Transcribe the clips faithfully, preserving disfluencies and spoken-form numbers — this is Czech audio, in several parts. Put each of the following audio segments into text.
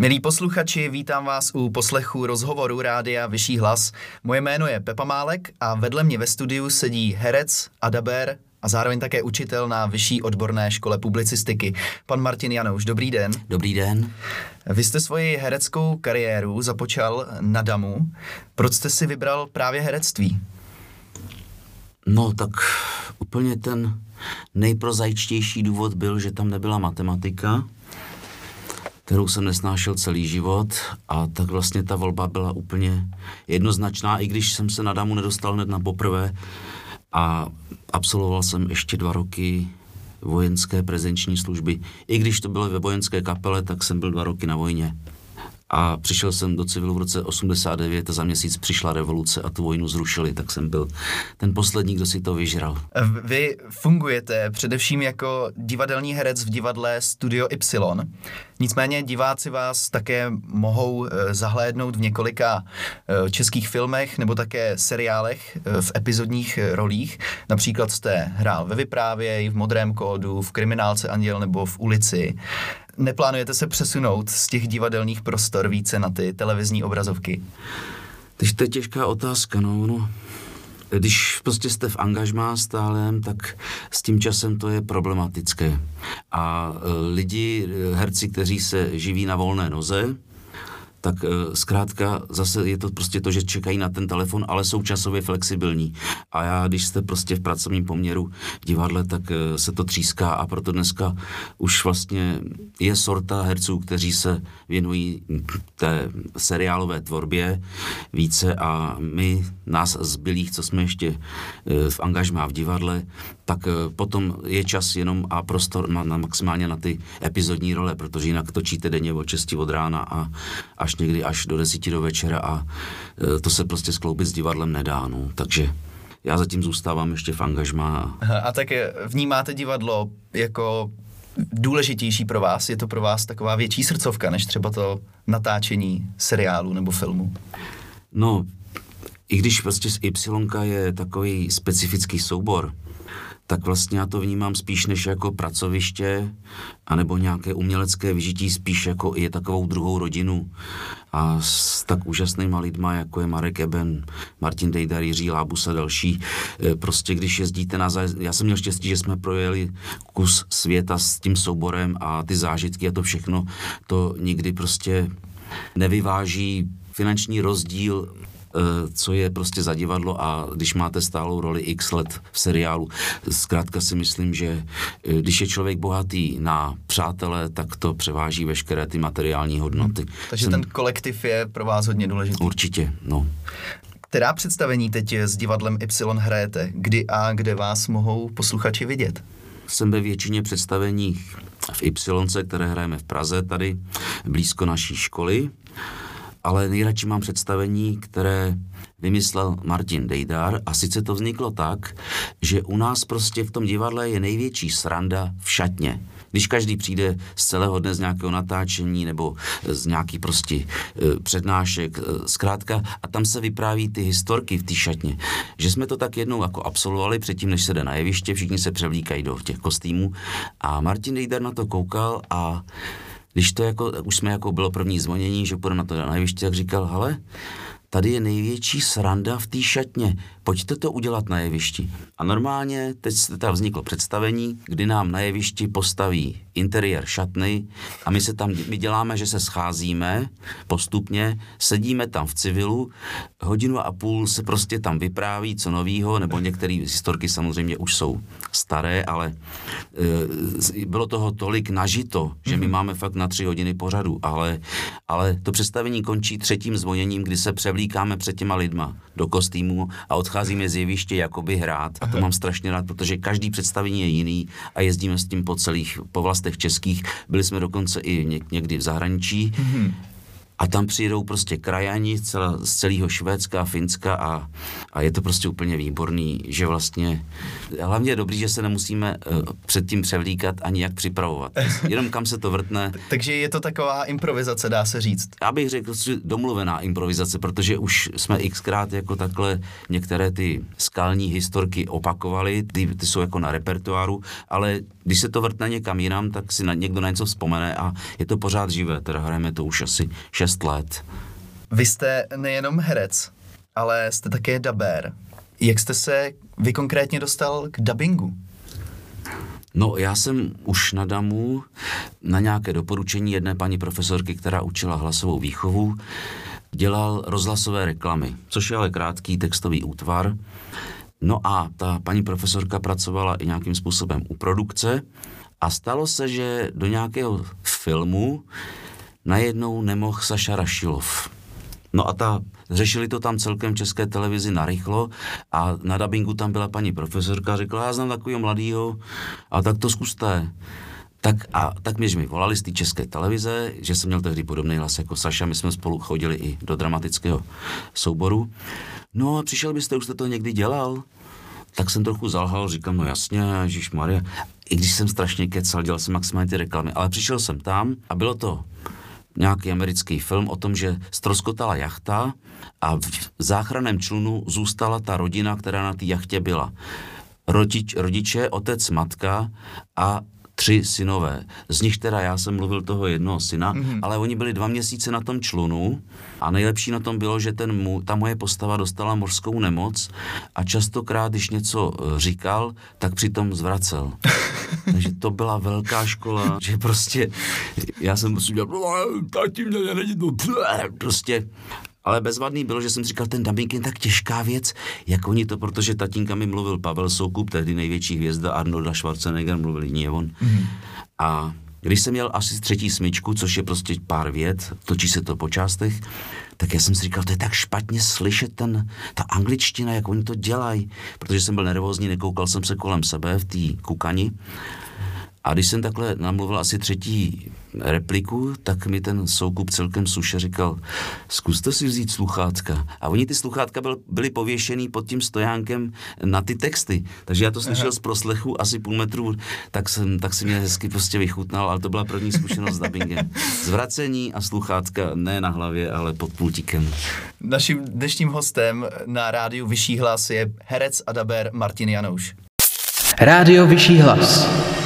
Milí posluchači, vítám vás u poslechu rozhovoru Rádia Vyšší hlas. Moje jméno je Pepa Málek a vedle mě ve studiu sedí herec, adabér a zároveň také učitel na Vyšší odborné škole publicistiky. Pan Martin Janouš, dobrý den. Dobrý den. Vy jste svoji hereckou kariéru započal na Damu. Proč jste si vybral právě herectví? No tak úplně ten nejprozaičtější důvod byl, že tam nebyla matematika, kterou jsem nesnášel celý život, a tak vlastně ta volba byla úplně jednoznačná, i když jsem se na Damu nedostal hned na poprvé a absolvoval jsem ještě dva roky vojenské prezenční služby. I když to bylo ve vojenské kapele, tak jsem byl dva roky na vojně. A přišel jsem do civilu v roce osmdesát devět a za měsíc přišla revoluce a tu vojnu zrušili, tak jsem byl ten poslední, kdo si to vyžral. Vy fungujete především jako divadelní herec v divadle Studio Y. Nicméně diváci vás také mohou zahlédnout v několika českých filmech nebo také seriálech v epizodních rolích. Například jste hrál ve Vyprávěj, v Modrém kódu, v Kriminálce Anděl nebo v Ulici. Neplánujete se přesunout z těch divadelních prostor více na ty televizní obrazovky? Takže to je těžká otázka, no, no. Když prostě jste v angažmá stálem, tak s tím časem to je problematické. A e, lidi, herci, kteří se živí na volné noze, tak e, zkrátka zase je to prostě to, že čekají na ten telefon, ale jsou časově flexibilní. A já, když jste prostě v pracovním poměru v divadle, tak e, se to tříská, a proto dneska už vlastně je sorta herců, kteří se věnují té seriálové tvorbě více, a my, nás zbylých, co jsme ještě e, v angažmá v divadle, tak e, potom je čas jenom a prostor na, na maximálně na ty epizodní role, protože jinak točíte denně od šesti od rána a až někdy až do desíti do večera a e, to se prostě skloubit s divadlem nedá, no. Takže já zatím zůstávám ještě v angažmá. A tak vnímáte divadlo jako důležitější pro vás? Je to pro vás taková větší srdcovka, než třeba to natáčení seriálu nebo filmu? No, i když prostě z Y je takový specifický soubor, tak vlastně já to vnímám spíš než jako pracoviště anebo nějaké umělecké vyžití, spíš jako je takovou druhou rodinu. A s tak úžasnýma lidma, jako je Marek Eben, Martin Dejdar, Jiří Lábus a další, prostě když jezdíte na zájezd, já jsem měl štěstí, že jsme projeli kus světa s tím souborem a ty zážitky a to všechno, to nikdy prostě nevyváží finanční rozdíl, co je prostě za divadlo, a když máte stálou roli x let v seriálu. Zkrátka si myslím, že když je člověk bohatý na přátele, tak to převáží veškeré ty materiální hodnoty. Hmm. Takže Jsem... ten kolektiv je pro vás hodně důležitý. Určitě, no. Která představení teď s divadlem Y hrajete? Kdy a kde vás mohou posluchači vidět? Jsem ve většině představení v Y, které hrajeme v Praze, tady blízko naší školy. Ale nejradši mám představení, které vymyslel Martin Dejdar, a sice to vzniklo tak, že u nás prostě v tom divadle je největší sranda v šatně. Když každý přijde z celého dne z nějakého natáčení nebo z nějaký prostě e, přednášek, e, zkrátka, a tam se vypráví ty historky v té šatně. Že jsme to tak jednou jako absolvovali předtím, než se jde na jeviště, všichni se převlíkají do těch kostýmů, a Martin Dejdar na to koukal, a když to jako, už jsme jako bylo první zvonění, že půjdeme na to na jeviště, tak říkal, hele, tady je největší sranda v té šatně, pojďte to udělat na jevišti. A normálně teď se tam vzniklo představení, kdy nám na jevišti postaví interiér šatny a my se tam, my děláme, že se scházíme postupně, sedíme tam v civilu, hodinu a půl se prostě tam vypráví co novýho, nebo některé historky samozřejmě už jsou staré, ale e, bylo toho tolik nažito, že my máme fakt na tři hodiny pořadu, ale, ale to představení končí třetím zvoněním, kdy se převlíkáme před těma lidma do kostýmu a odcházíme z jeviště jakoby hrát. A to mám strašně rád, protože každý představení je jiný a jezdíme s tím po celých, po vlastech českých. Byli jsme dokonce i někdy v zahraničí. Mm-hmm. a tam přijdou prostě krajani z, celá, z celého Švédska, Finska a, a je to prostě úplně výborný, že vlastně, hlavně je dobrý, že se nemusíme uh, předtím převlíkat ani jak připravovat. Jenom kam se to vrtne. Takže je to taková improvizace, dá se říct. Já bych řekl, že domluvená improvizace, protože už jsme xkrát jako takhle některé ty skalní historky opakovali, ty, ty jsou jako na repertoáru, ale když se to vrtne někam jinam, tak si na, někdo na něco vzpomene a je to pořád živé, teda hrajeme to už asi šest let. Vy jste nejenom herec, ale jste také dabér. Jak jste se vy konkrétně dostal k dabingu? No, já jsem už na damu na nějaké doporučení jedné paní profesorky, která učila hlasovou výchovu, dělal rozhlasové reklamy, což je ale krátký textový útvar. No a ta paní profesorka pracovala i nějakým způsobem u produkce a stalo se, že do nějakého filmu najednou nemohl Saša Rašilov. No a ta, řešili to tam celkem v České televizi narychlo a na dabingu tam byla paní profesorka, řekla, já znám takovýho mladýho, a tak to zkuste. Tak a tak mě, že mi volali z té České televize, že jsem měl tehdy podobný hlas jako Saša, my jsme spolu chodili i do dramatického souboru. No a přišel byste, už jste to někdy dělal? Tak jsem trochu zalhal, říkám, no jasně, ježišmarja. I když jsem strašně kecal, dělal jsem maximálně ty reklamy, ale přišel jsem tam a bylo to nějaký americký film o tom, že ztroskotala jachta a v záchranném člunu zůstala ta rodina, která na té jachtě byla. Rodič, rodiče, otec, matka a tři synové. Z nich teda já jsem mluvil toho jednoho syna, mm-hmm. ale oni byli dva měsíce na tom člunu a nejlepší na tom bylo, že ten mu, ta moje postava dostala mořskou nemoc a častokrát, když něco říkal, tak přitom zvracel. Takže to byla velká škola, že prostě já jsem prostě dělal, tati mě není to, prostě. Ale bezvadný bylo, že jsem říkal, ten dubbing je tak těžká věc, jak oni to, protože tatínka mi mluvil Pavel Soukup, tehdy největší hvězda Arnolda Schwarzenegger, mluvil jiný on. Mm. A když jsem měl asi třetí smyčku, což je prostě pár vět, točí se to po částech, tak já jsem si říkal, to je tak špatně slyšet ten, ta angličtina, jak oni to dělají, protože jsem byl nervózní, nekoukal jsem se kolem sebe v té kukani. A když jsem takhle namluvil asi třetí repliku, tak mi ten Soukup celkem suše říkal, zkuste si vzít sluchátka. A oni ty sluchátka byl, byly pověšený pod tím stojánkem na ty texty. Takže já to slyšel Aha. z proslechu asi půl metru, tak jsem, tak jsem mě hezky prostě vychutnal, ale to byla první zkušenost s dubbingem. Zvracení a sluchátka ne na hlavě, ale pod pultíkem. Naším dnešním hostem na rádiu Vyšší hlas je herec a dabér Martin Janouš. Rádio Vyšší hlas.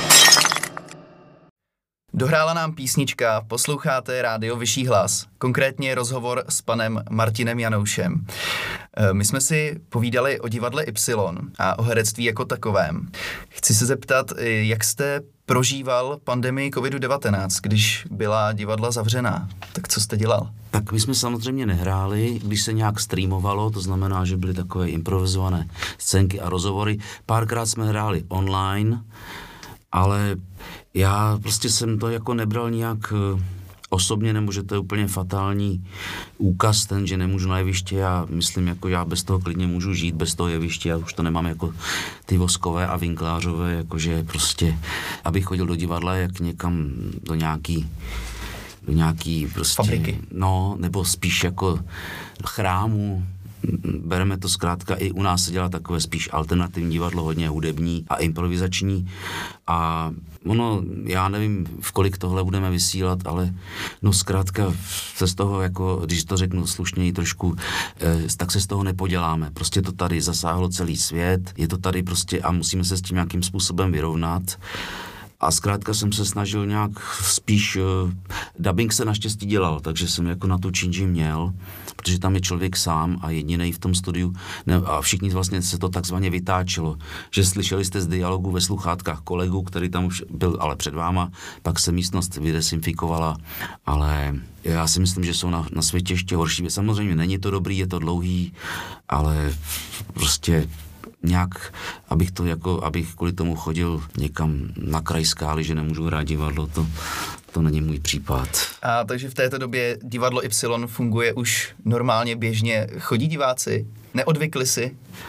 Dohrála nám písnička, posloucháte Rádio Vyšší hlas, konkrétně rozhovor s panem Martinem Janoušem. My jsme si povídali o divadle Y a o herectví jako takovém. Chci se zeptat, jak jste prožíval pandemii kovid devatenáct, když byla divadla zavřená. Tak co jste dělal? Tak my jsme samozřejmě nehráli, když se nějak streamovalo, to znamená, že byly takové improvizované scénky a rozhovory. Párkrát jsme hráli online, ale já prostě jsem to jako nebral nějak osobně, nebo že to je úplně fatální úkaz ten, že nemůžu na jeviště. Já myslím, jako já bez toho klidně můžu žít, bez toho jeviště, já už to nemám jako ty Voskové a Vinklářové, jakože prostě, abych chodil do divadla jak někam do nějaký do nějaký prostě, fabriky. No, nebo spíš jako chrámu. Bereme to zkrátka, i u nás se dělá takové spíš alternativní divadlo, hodně hudební a improvizační a ono, já nevím, v kolik tohle budeme vysílat, ale no zkrátka se z toho, jako, když to řeknu slušněji trošku, eh, tak se z toho nepoděláme. Prostě to tady zasáhlo celý svět, je to tady prostě a musíme se s tím nějakým způsobem vyrovnat. A zkrátka jsem se snažil nějak spíš, uh, dubbing se naštěstí dělal, takže jsem jako na tu činži měl, protože tam je člověk sám a jedinej v tom studiu ne, a všichni vlastně se to takzvaně vytáčelo, že slyšeli jste z dialogu ve sluchátkách kolegu, který tam už byl ale před váma, pak se místnost vydesinfikovala, ale já si myslím, že jsou na, na světě ještě horší. Samozřejmě není to dobrý, je to dlouhý, ale prostě nějak, abych to jako, abych kvůli tomu chodil někam na kraj skály, že nemůžu hrát divadlo, to, to není můj případ. A takže v této době divadlo Y funguje už normálně, běžně. Chodí diváci? Neodvykli si?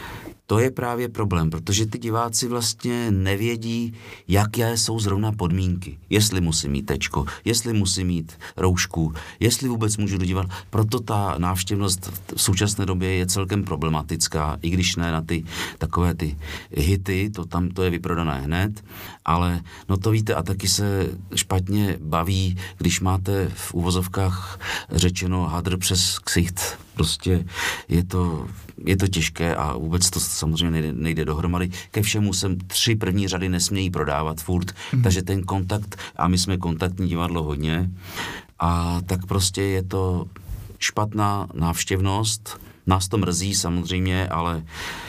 to je právě problém, protože ty diváci vlastně nevědí, jaké jsou zrovna podmínky. Jestli musí mít tečko, jestli musí mít roušku, jestli vůbec můžu do divadla. Proto ta návštěvnost v současné době je celkem problematická, i když ne na ty takové ty hity, to tam to je vyprodané hned, ale no to víte, a taky se špatně baví, když máte v uvozovkách řečeno hadr přes ksicht. Prostě je to, je to těžké a vůbec to samozřejmě nejde, nejde dohromady. Ke všemu sem tři první řady nesmějí prodávat furt, mm. takže ten kontakt, a my jsme kontaktní divadlo hodně, a tak prostě je to špatná návštěvnost. Nás to mrzí samozřejmě, ale,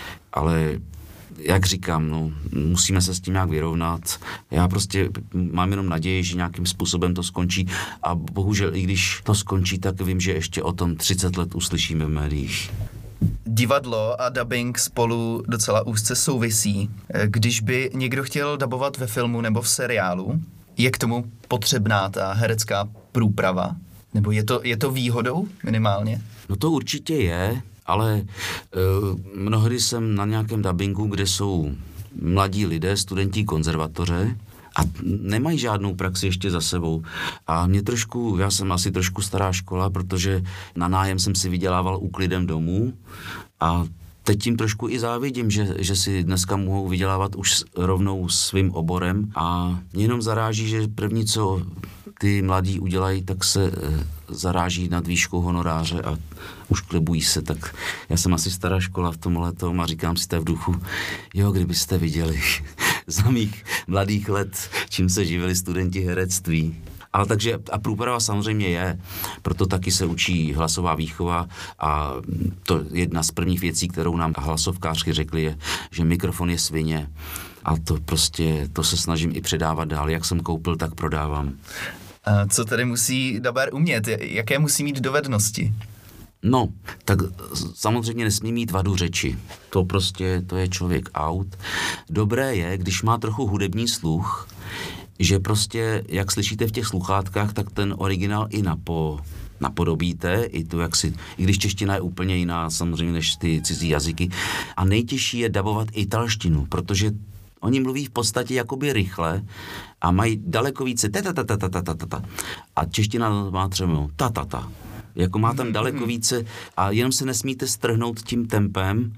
ale jak říkám, no, musíme se s tím nějak vyrovnat. Já prostě mám jenom naději, že nějakým způsobem to skončí a bohužel i když to skončí, tak vím, že ještě o tom třicet let uslyšíme v médiích. Divadlo a dabing spolu docela úzce souvisí. Když by někdo chtěl dabovat ve filmu nebo v seriálu, je k tomu potřebná ta herecká průprava? Nebo je to, je to výhodou minimálně? No to určitě je, ale uh, mnohdy jsem na nějakém dabingu, kde jsou mladí lidé, studenti konzervatoře a nemají žádnou praxi ještě za sebou. A mě trošku, já jsem asi trošku stará škola, protože na nájem jsem si vydělával úklidem domů a teď tím trošku i závidím, že, že si dneska mohou vydělávat už rovnou svým oborem a mě jenom zaráží, že první, co ty mladí udělají, tak se e, zaráží nad výškou honoráře a už klebují se, tak já jsem asi stará škola v tomhle tom a říkám si to v duchu, jo, kdybyste viděli za mých mladých let, čím se živili studenti herectví. Ale takže a průprava samozřejmě je, proto taky se učí hlasová výchova a to jedna z prvních věcí, kterou nám hlasovkářky řekli, je, že mikrofon je svině a to prostě, to se snažím i předávat dál, jak jsem koupil, tak prodávám. A co tedy musí dabér umět? Jaké musí mít dovednosti? No, tak samozřejmě nesmí mít vadu řeči. To prostě, to je člověk out. Dobré je, když má trochu hudební sluch, že prostě, jak slyšíte v těch sluchátkách, tak ten originál i napo, napodobíte, i to, jak si, i když čeština je úplně jiná samozřejmě než ty cizí jazyky. A nejtěžší je dabovat italštinu, protože oni mluví v podstatě jakoby rychle a mají daleko více ta-ta-ta-ta-ta-ta-ta. A čeština má třeba ta-ta-ta. Jako má tam daleko více a jenom se nesmíte strhnout tím tempem.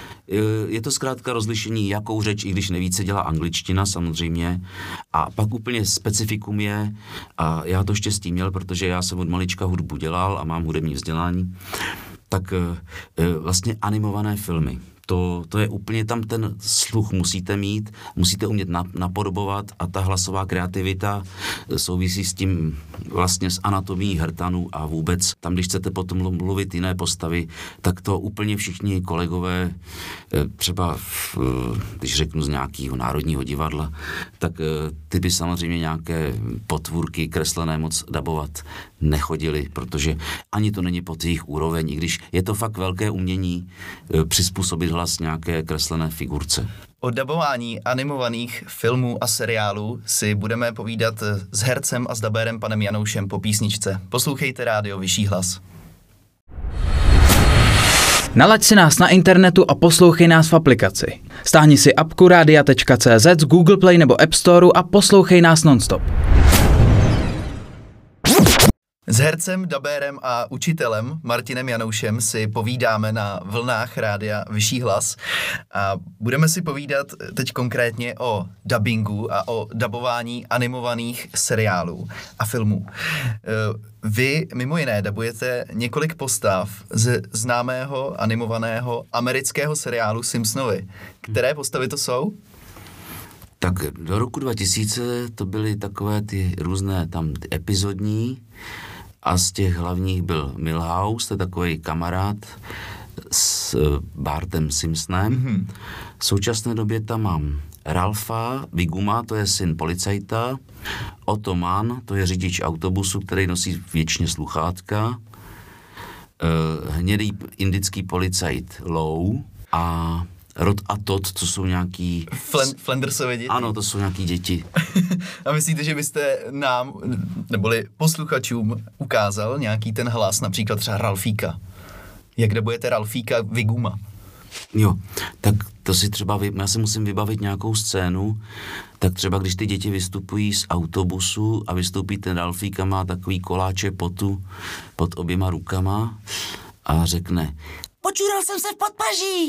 Je to zkrátka rozlišení, jakou řeč, i když nejvíce dělá angličtina samozřejmě. A pak úplně specifikum je, a já to štěstí měl, protože já jsem od malička hudbu dělal a mám hudební vzdělání, tak vlastně animované filmy. To, to je úplně tam ten sluch musíte mít, musíte umět napodobovat a ta hlasová kreativita souvisí s tím vlastně s anatomí hrtanu a vůbec tam, když chcete potom mluvit jiné postavy, tak to úplně všichni kolegové, třeba v, když řeknu z nějakého národního divadla, tak ty by samozřejmě nějaké potvůrky kreslené moc dabovat nechodili, protože ani to není pod jejich úroveň, i když je to fakt velké umění přizpůsobit hlas nějaké kreslené figurce. O dabování animovaných filmů a seriálů si budeme povídat s hercem a s dabérem panem Janoušem po písničce. Poslouchejte Rádio Vyšší hlas. Nalaď si nás na internetu a poslouchej nás v aplikaci. Stáhni si apku rádia tečka cé zet z Google Play nebo App Store a poslouchej nás nonstop. S hercem, dabérem a učitelem Martinem Janoušem si povídáme na vlnách Rádia Vyšší hlas a budeme si povídat teď konkrétně o dabingu a o dabování animovaných seriálů a filmů. Vy mimo jiné dabujete několik postav z známého animovaného amerického seriálu Simpsonovi. Které postavy to jsou? Tak do roku dva tisíce to byly takové ty různé tam ty epizodní a z těch hlavních byl Milhouse, to je takový kamarád s Bartem Simpsonem. Mm-hmm. V současné době tam mám Ralfa Wigguma, to je syn policajta, Otto Mann, to je řidič autobusu, který nosí věčně sluchátka, uh, hnědý indický policajt Lou a Rod a Todd, co jsou nějaký... Flen, Flendersovy děti. Ano, to jsou nějaký děti. A myslíte, že byste nám, neboli posluchačům, ukázal nějaký ten hlas, například třeba Ralfíka? Jak dabujete Ralfíka Wigguma? Jo, tak to si třeba, vy, já si musím vybavit nějakou scénu, tak třeba když ty děti vystupují z autobusu a vystoupí ten Ralfík a má takový koláče potu pod oběma rukama a řekne: počural jsem se v podpaží.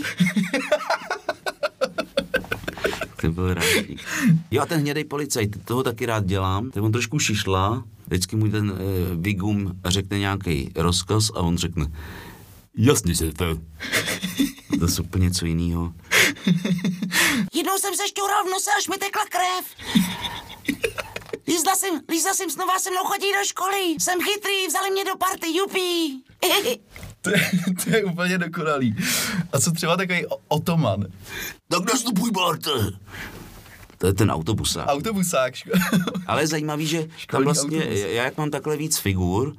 To byl Ralfík. Jo, a ten hnědej policajt, toho taky rád dělám. Ten on trošku šišlá, vždycky mu ten e, Vigum řekne nějaký rozkaz a on řekne: jasně se to. To je úplně něco jiného. Jednou jsem se šťoural v nose, až mi tekla krev. Lízla jsem, lízla jsem, znova se mnou chodí do školy. Jsem chytrý, vzali mě do party, jupí. To je, to je úplně dokonalý. A co třeba takový otoman? Tak nastupuj, Barte. To je ten autobusák. Autobusák. Ale je zajímavý, že tam vlastně, autobus. Já jak mám takhle víc figur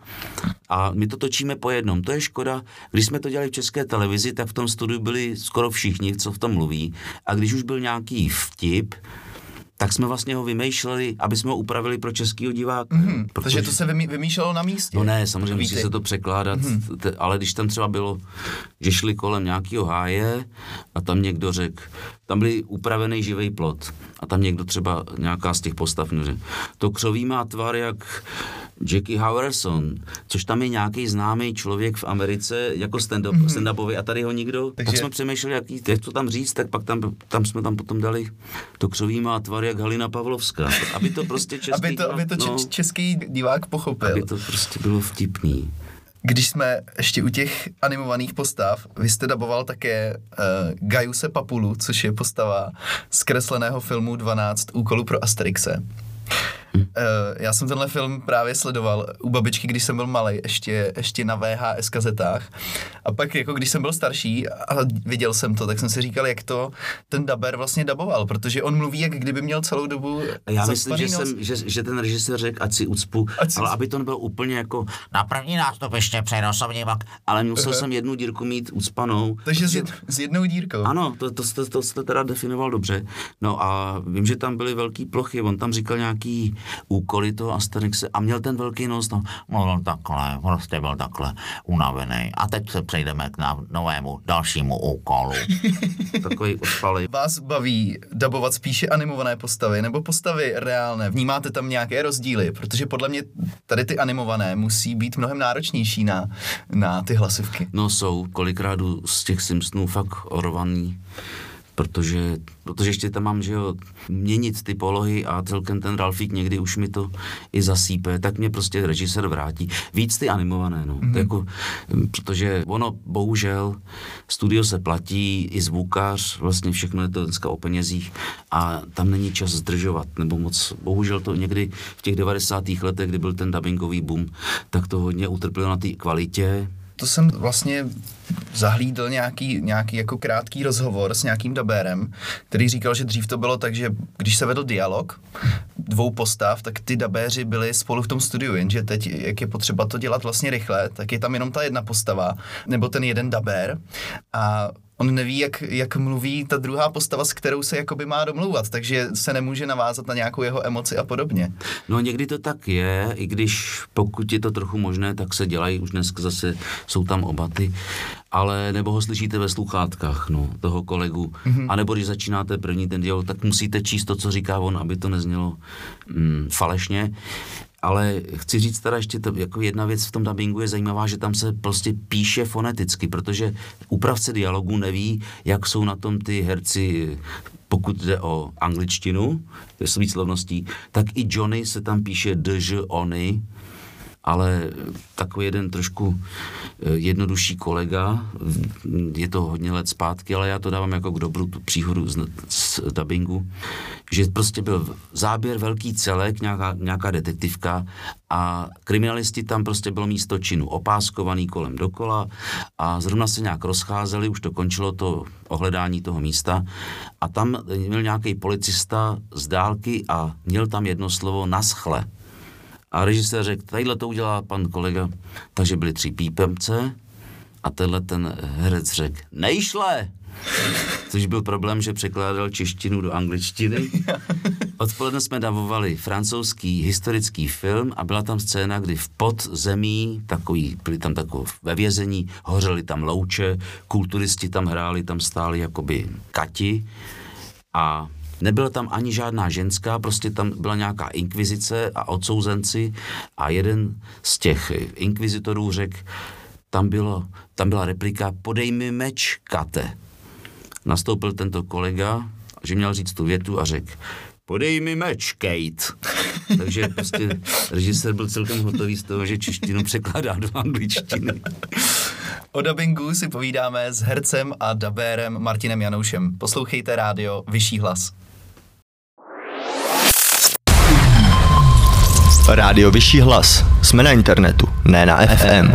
a my to točíme po jednom, to je škoda. Když jsme to dělali v České televizi, tak v tom studiu byli skoro všichni, co v tom mluví. A když už byl nějaký vtip, tak jsme vlastně ho vymýšleli, aby jsme ho upravili pro českýho diváka. Mm-hmm, protože, protože to se vymý, vymýšlelo na místě. No ne, samozřejmě musí se to překládat, mm-hmm. te, ale když tam třeba bylo, že šli kolem nějakého háje a tam někdo řekl, tam byl upravený živý plot a tam někdo třeba, nějaká z těch postav řekl, to křoví má tvar jak Jackie Howerson, což tam je nějaký známý člověk v Americe jako stand-up, mm-hmm. stand-upový a tady ho nikdo. Takže... Tak jsme přemýšleli, jaký, jak to tam říct, tak pak tam, tam jsme tam potom dali, to křoví má tvar jak Halina Pavlovská, aby to prostě český, aby to, aby to no, český divák pochopil. Aby to prostě bylo vtipný. Když jsme ještě u těch animovaných postav, vy jste daboval také uh, Gajuse Papulu, což je postava z kresleného filmu dvanáct úkolů pro Asterixe. Uh, já jsem tenhle film právě sledoval u babičky, když jsem byl malej, ještě, ještě na V H S kazetách. A pak, jako když jsem byl starší a viděl jsem to, tak jsem si říkal, jak to ten daber vlastně daboval, protože on mluví, jak kdyby měl celou dobu. Já myslím, že, jsem, že, že ten režisér řekl, ať si ucpu, ať si ale aby to nebylo úplně jako na první nástup ještě přenosobně, ale musel uh-huh. jsem jednu dírku mít ucpanou. Takže s, jed, s jednou dírkou. Ano, to, to, to, to jste teda definoval dobře. No a vím, že tam byly velký plochy, on tam říkal nějaký úkoly toho Asterixe a měl ten velký nos, no, mluvil takhle, prostě byl takhle unavený. A teď se přejdeme k novému, dalšímu úkolu. Takový odpalý. Vás baví dabovat spíše animované postavy nebo postavy reálné? Vnímáte tam nějaké rozdíly? Protože podle mě tady ty animované musí být mnohem náročnější na, na ty hlasivky. No jsou, kolikrát jdu z těch Simpsonů fakt orovaný. Protože, protože ještě tam mám, že jo, měnit ty polohy a celkem ten Ralfík někdy už mi to i zasípe, tak mě prostě režisér vrátí. Víc ty animované, no. Mm-hmm. To jako, protože ono, bohužel, studio se platí, i zvukař, vlastně všechno je to dneska o penězích a tam není čas zdržovat, nebo moc, bohužel to někdy v těch devadesátých letech, kdy byl ten dabingový boom, tak to hodně utrpělo na té kvalitě. To jsem vlastně zahlídl nějaký, nějaký jako krátký rozhovor s nějakým dabérem, který říkal, že dřív to bylo tak, že když se vedl dialog dvou postav, tak ty dabéři byli spolu v tom studiu, jenže teď, jak je potřeba to dělat vlastně rychle, tak je tam jenom ta jedna postava, nebo ten jeden dabér a on neví, jak, jak mluví ta druhá postava, s kterou se jakoby má domlouvat, takže se nemůže navázat na nějakou jeho emoci a podobně. No někdy to tak je, i když pokud je to trochu možné, tak se dělají, už dneska zase jsou tam oba ty, ale nebo ho slyšíte ve sluchátkách, no, toho kolegu, mm-hmm. anebo když začínáte první ten dialog, tak musíte číst to, co říká on, aby to neznělo mm, falešně. Ale chci říct teda ještě to, jako jedna věc v tom dabingu je zajímavá, že tam se prostě píše foneticky, protože úpravce dialogu neví, jak jsou na tom ty herci, pokud jde o angličtinu, s výslovností, tak i Johnny se tam píše dž, ony, ale takový jeden trošku jednodušší kolega, je to hodně let zpátky, ale já to dávám jako k dobru, tu příhodu z, z dabingu, že prostě byl záběr, velký celek, nějaká, nějaká detektivka a kriminalisti tam prostě bylo místo činu opáskovaný kolem dokola a zrovna se nějak rozcházeli, už to končilo to ohledání toho místa a tam měl nějaký policista z dálky a měl tam jedno slovo naschle. A režisér řekl, tadyhle to udělá pan kolega, takže byli tři pípemce a tenhle ten herec řekl, nejšle. Což byl problém, že překládal češtinu do angličtiny. Odpoledne jsme dabovali francouzský historický film a byla tam scéna, kdy v podzemí, takový, byli tam takové ve vězení, hořely tam louče, kulturisti tam hráli, tam stáli jakoby kati a nebyla tam ani žádná ženská, prostě tam byla nějaká inkvizice a odsouzenci a jeden z těch inkvizitorů řekl, tam, bylo, tam byla replika, podej mi meč, kate. Nastoupil tento kolega, že měl říct tu větu a řekl, podej mi meč, Kate. Takže prostě režisér byl celkem hotový z toho, že češtinu překládá do angličtiny. O dabingu si povídáme s hercem a dabérem Martinem Janoušem. Poslouchejte rádio Vyšší hlas. Rádio Vyšší hlas. Jsme na internetu, ne na F M.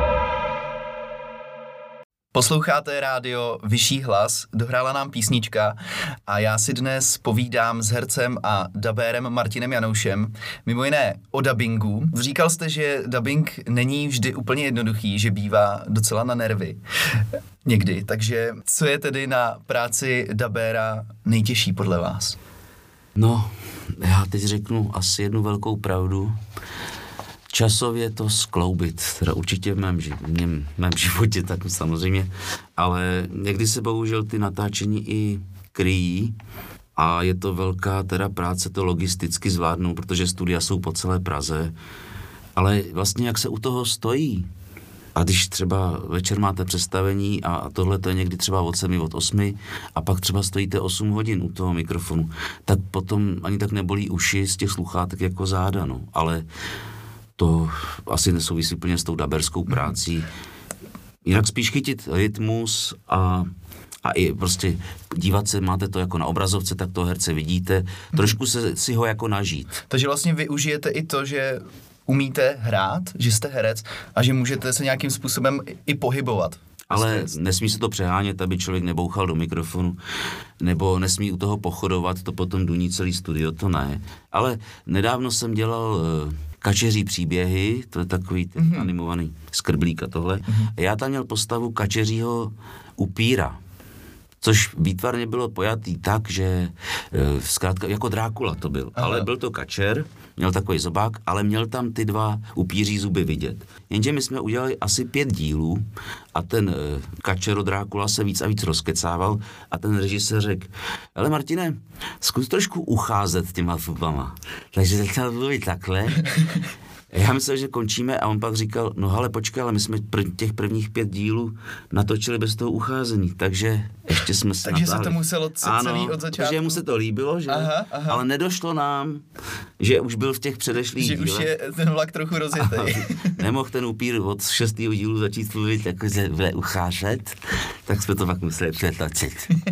Posloucháte rádio Vyšší hlas, dohrála nám písnička a já si dnes povídám s hercem a dabérem Martinem Janoušem, mimo jiné o dabingu. Říkal jste, že dabing není vždy úplně jednoduchý, že bývá docela na nervy někdy, takže co je tedy na práci dabéra nejtěžší podle vás? No, já teď řeknu asi jednu velkou pravdu. Časově to skloubit, teda určitě v mém, v mém, v mém životě, tak samozřejmě, ale někdy se bohužel ty natáčení i kryjí a je to velká teda práce to logisticky zvládnout, protože studia jsou po celé Praze, ale vlastně jak se u toho stojí, a když třeba večer máte představení a tohle to je někdy třeba od sedmi, od osmi a pak třeba stojíte osm hodin u toho mikrofonu, tak potom ani tak nebolí uši z těch sluchátek jako záda, no, ale to asi nesouvisí úplně s tou daberskou prací. Jinak spíš chytit rytmus a, a i prostě dívat se, máte to jako na obrazovce, tak toho herce vidíte, trošku se, si ho jako nažít. Takže vlastně využijete i to, že umíte hrát, že jste herec a že můžete se nějakým způsobem i pohybovat. Ale nesmí se to přehánět, aby člověk nebouchal do mikrofonu, nebo nesmí u toho pochodovat, to potom duní celý studio, to ne. Ale nedávno jsem dělal uh, kačeří příběhy, to je takový ten mm-hmm. animovaný skrblík a tohle. Mm-hmm. A já tam měl postavu kačeřího upíra, což výtvarně bylo pojatý tak, že uh, zkrátka, jako Drákula to byl, aha. Ale byl to kačer, měl takový zobák, ale měl tam ty dva upíří zuby vidět. Jenže my jsme udělali asi pět dílů a ten e, kačero Drákula se víc a víc rozkecával a ten režisér řekl, ale Martine, zkus trošku ucházet těma zubama. Takže začal mluvit takhle. Já myslel, že končíme a on pak říkal, no ale počkej, ale my jsme pr- těch prvních pět dílů natočili bez toho ucházení, takže ještě jsme se Takže natáhli. se to muselo celý ano, od začátku. Takže mu se to líbilo, že? Aha, aha. Ale nedošlo nám, že už byl v těch předešlých že dílech. Že už je ten vlak trochu rozjetý. Nemohl ten upír od šestého dílu začít mluvit jakože ucházet, tak jsme to pak museli přetočit.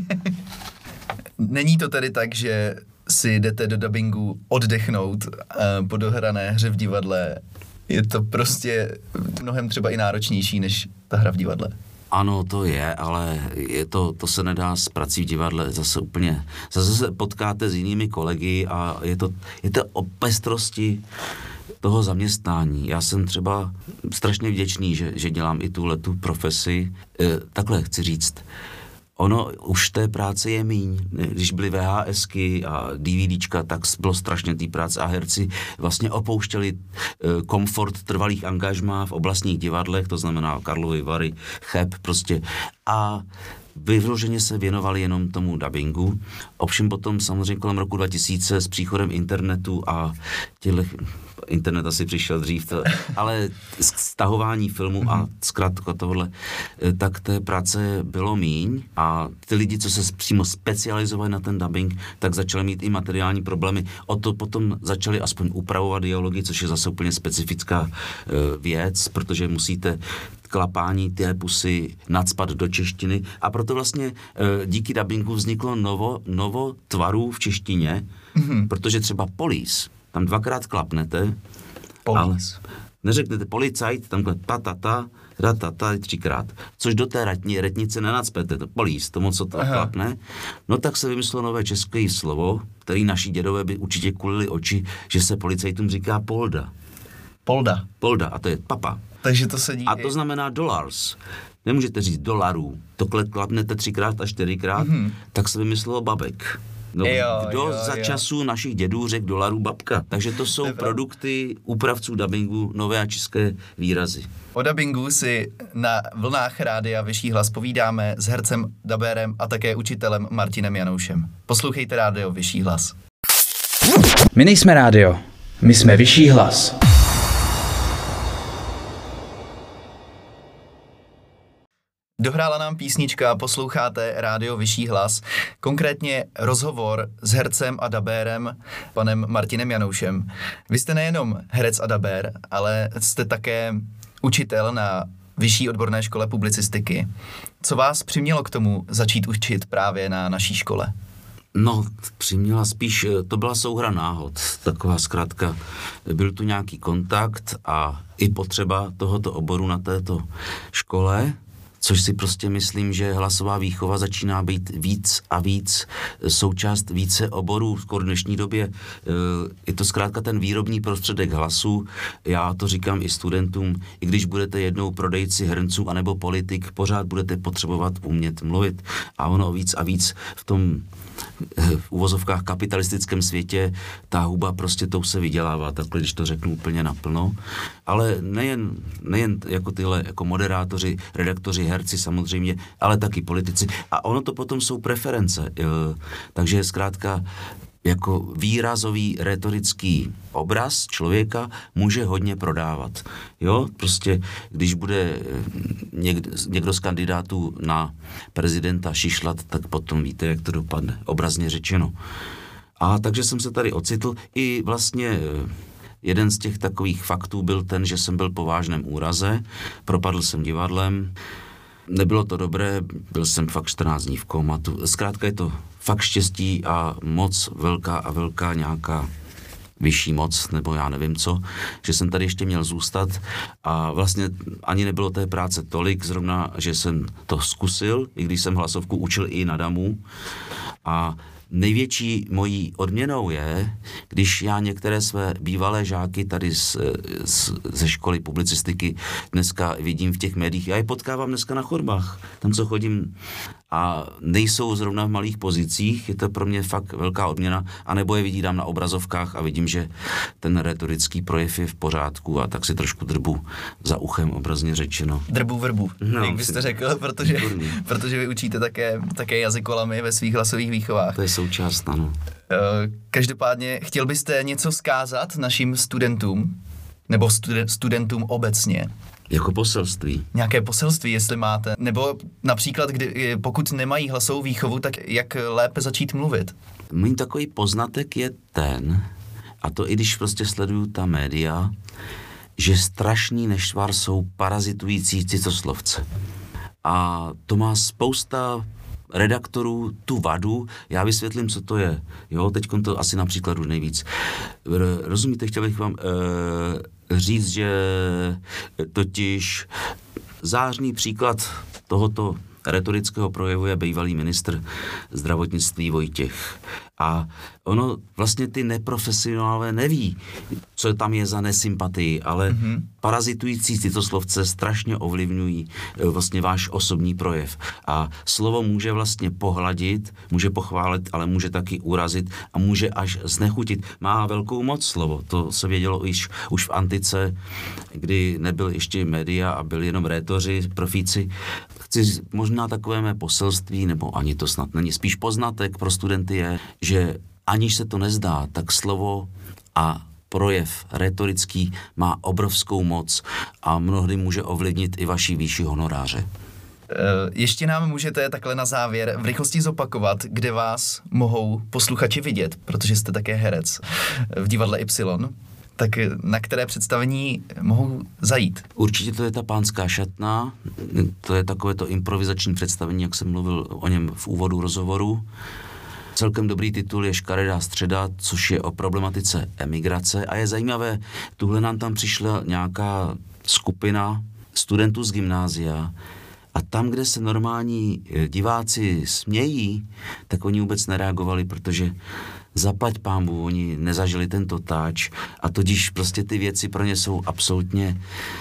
Není to tedy tak, že si jdete do dabingu oddechnout uh, po dohrané hře v divadle. Je to prostě mnohem třeba i náročnější než ta hra v divadle. Ano, to je, ale je to, to se nedá s prací v divadle zase úplně. Zase se potkáte s jinými kolegy a je to, je to o pestrosti toho zaměstnání. Já jsem třeba strašně vděčný, že, že dělám i tuhletu profesi. E, takhle chci říct. Ono už té práce je míň. Když byly VHSky a DVDčka, tak bylo strašně té práce a herci vlastně opouštěli e, komfort trvalých angažmá v oblastních divadlech, to znamená Karlovy Vary, Cheb prostě a vyvloženě se věnovali jenom tomu dabingu. Ovšem potom samozřejmě kolem roku dva tisíce s příchodem internetu a těchto, internet asi přišel dřív, to, ale stahování filmu a zkrátka tohle, tak té práce bylo míň a ty lidi, co se přímo specializovali na ten dabing, tak začali mít i materiální problémy. O to potom začali aspoň upravovat dialogy, což je zase úplně specifická věc, protože musíte klapání té pusy nacpat do češtiny a proto vlastně díky dabingu vzniklo novo, novo tvarů v češtině, mm-hmm. protože třeba police, tam dvakrát klapnete, ale neřeknete policajt, tam ta ta ta, ta ta ta třikrát, což do té ratní, retnice nenacpete, to police, to moc co to klapne, no tak se vymyslelo nové české slovo, který naši dědové by určitě kulili oči, že se policajtům říká polda. Polda. Polda, a to je papa. Takže to sedí. A to znamená dollars. Nemůžete říct dolarů. To klapnete třikrát a čtyřikrát, mm-hmm. tak se vymyslelo babek. No, jo, kdo jo, za jo. času našich dědů řekl dolarů babka? Takže to jsou Nepravda. produkty úpravců dabingu, nové a české výrazy. O dabingu si na vlnách Rádia Vyšší hlas povídáme s hercem, dabérem a také učitelem Martinem Janoušem. Poslouchejte Rádio Vyšší hlas. My nejsme rádio, my jsme Vyšší hlas. Dohrála nám písnička, posloucháte Rádio Vyšší hlas, konkrétně rozhovor s hercem a dabérem, panem Martinem Janoušem. Vy jste nejenom herec a dabér, ale jste také učitel na Vyšší odborné škole publicistiky. Co vás přimělo k tomu začít učit právě na naší škole? No, přiměla spíš, to byla souhra náhod, taková zkrátka. Byl tu nějaký kontakt a i potřeba tohoto oboru na této škole, což si prostě myslím, že hlasová výchova začíná být víc a víc součást více oborů v dnešní době. Je to zkrátka ten výrobní prostředek hlasu. Já to říkám i studentům, i když budete jednou prodejci hrnců anebo politik, pořád budete potřebovat umět mluvit. A ono víc a víc v tom v uvozovkách kapitalistickém světě ta huba prostě tou se vydělává, takhle, když to řeknu úplně naplno. Ale nejen, nejen jako tyhle jako moderátoři, redaktoři, herci samozřejmě, ale taky politici. A ono to potom jsou preference. Takže zkrátka jako výrazový retorický obraz člověka může hodně prodávat. Jo, prostě když bude někdo, někdo z kandidátů na prezidenta šišlat, tak potom víte, jak to dopadne, obrazně řečeno. A takže jsem se tady ocitl i vlastně jeden z těch takových faktů byl ten, že jsem byl po vážném úraze, propadl jsem divadlem, nebylo to dobré, byl jsem fakt čtrnáct dní v komatu. Zkrátka je to fakt štěstí a moc velká a velká nějaká vyšší moc, nebo já nevím co, že jsem tady ještě měl zůstat a vlastně ani nebylo té práce tolik, zrovna, že jsem to zkusil, i když jsem hlasovku učil i na damu a největší mojí odměnou je, když já některé své bývalé žáky tady z, z, ze školy publicistiky dneska vidím v těch médiích, já je potkávám dneska na chodbách, tam co chodím a nejsou zrovna v malých pozicích, je to pro mě fakt velká odměna, anebo je vidím na obrazovkách a vidím, že ten retorický projev je v pořádku a tak si trošku drbu za uchem, obrazně řečeno. Drbu vrbu, no, jak byste řekl, protože, protože vy učíte také, také jazykolamy ve svých hlasových výchovách. To je součást, ano. Každopádně, chtěl byste něco vzkázat našim studentům, nebo studen- studentům obecně? Jako poselství. Nějaké poselství, jestli máte. Nebo například, kdy, pokud nemají hlasovou výchovu, tak jak lépe začít mluvit? Můj takový poznatek je ten, a to i když prostě sleduju ta média, že strašný nešvar jsou parazitující cizoslovce. A to má spousta redaktorů tu vadu, já vysvětlím, co to je. Jo, teďkon to asi například už nejvíc. Rozumíte, chtěl bych vám e, říct, že totiž zářný příklad tohoto retorického projevu je bývalý ministr zdravotnictví Vojtěch. A ono vlastně ty neprofesionálové neví, co tam je za nesympatii, ale mm-hmm. parazitující cizoslovce strašně ovlivňují vlastně váš osobní projev. A slovo může vlastně pohladit, může pochválit, ale může taky urazit a může až znechutit. Má velkou moc slovo, to se vědělo již už v antice, kdy nebyl ještě média a byli jenom rétoři, profíci. Chci možná takové mé poselství, nebo ani to snad není, spíš poznatek pro studenty je, že aniž se to nezdá, tak slovo a projev retorický má obrovskou moc a mnohdy může ovlivnit i vaši výši honoráře. Ještě nám můžete takhle na závěr v rychlosti zopakovat, kde vás mohou posluchači vidět, protože jste také herec v divadle Y. Tak na které představení mohou zajít? Určitě to je ta Pánská šatna, to je takové to improvizační představení, jak jsem mluvil o něm v úvodu rozhovoru. Celkem dobrý titul je Škaredá středa, což je o problematice emigrace a je zajímavé, tuhle nám tam přišla nějaká skupina studentů z gymnázia a tam, kde se normální diváci smějí, tak oni vůbec nereagovali, protože zaplať pánbů, oni nezažili tento táč a tudíž prostě ty věci pro ně jsou absolutně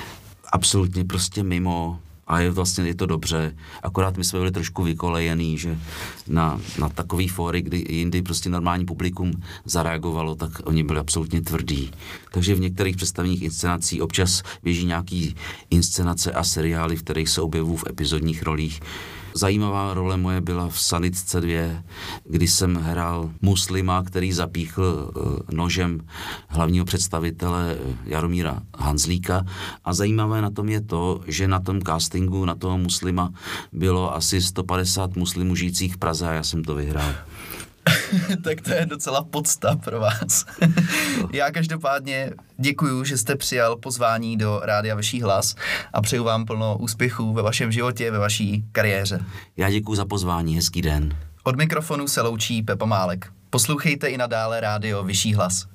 absolutně prostě mimo. A je vlastně je to dobře, akorát my jsme byli trošku vykolejený, že na, na takový fóry, kdy jindy prostě normální publikum zareagovalo, tak oni byli absolutně tvrdí. Takže v některých představeních inscenací občas běží nějaký inscenace a seriály, v kterých se objevují v epizodních rolích. Zajímavá role moje byla v Sanitce dva, kdy jsem hrál muslima, který zapíchl nožem hlavního představitele Jaromíra Hanzlíka. A zajímavé na tom je to, že na tom castingu na toho muslima bylo asi sto padesát muslimů žijících v Praze a já jsem to vyhrál. Tak to je docela podsta pro vás. Já každopádně děkuju, že jste přijal pozvání do Rádia Vyšší hlas a přeju vám plno úspěchů ve vašem životě, ve vaší kariéře. Já děkuju za pozvání, hezký den. Od mikrofonu se loučí Pepa Málek. Poslouchejte i nadále Rádio Vyšší hlas.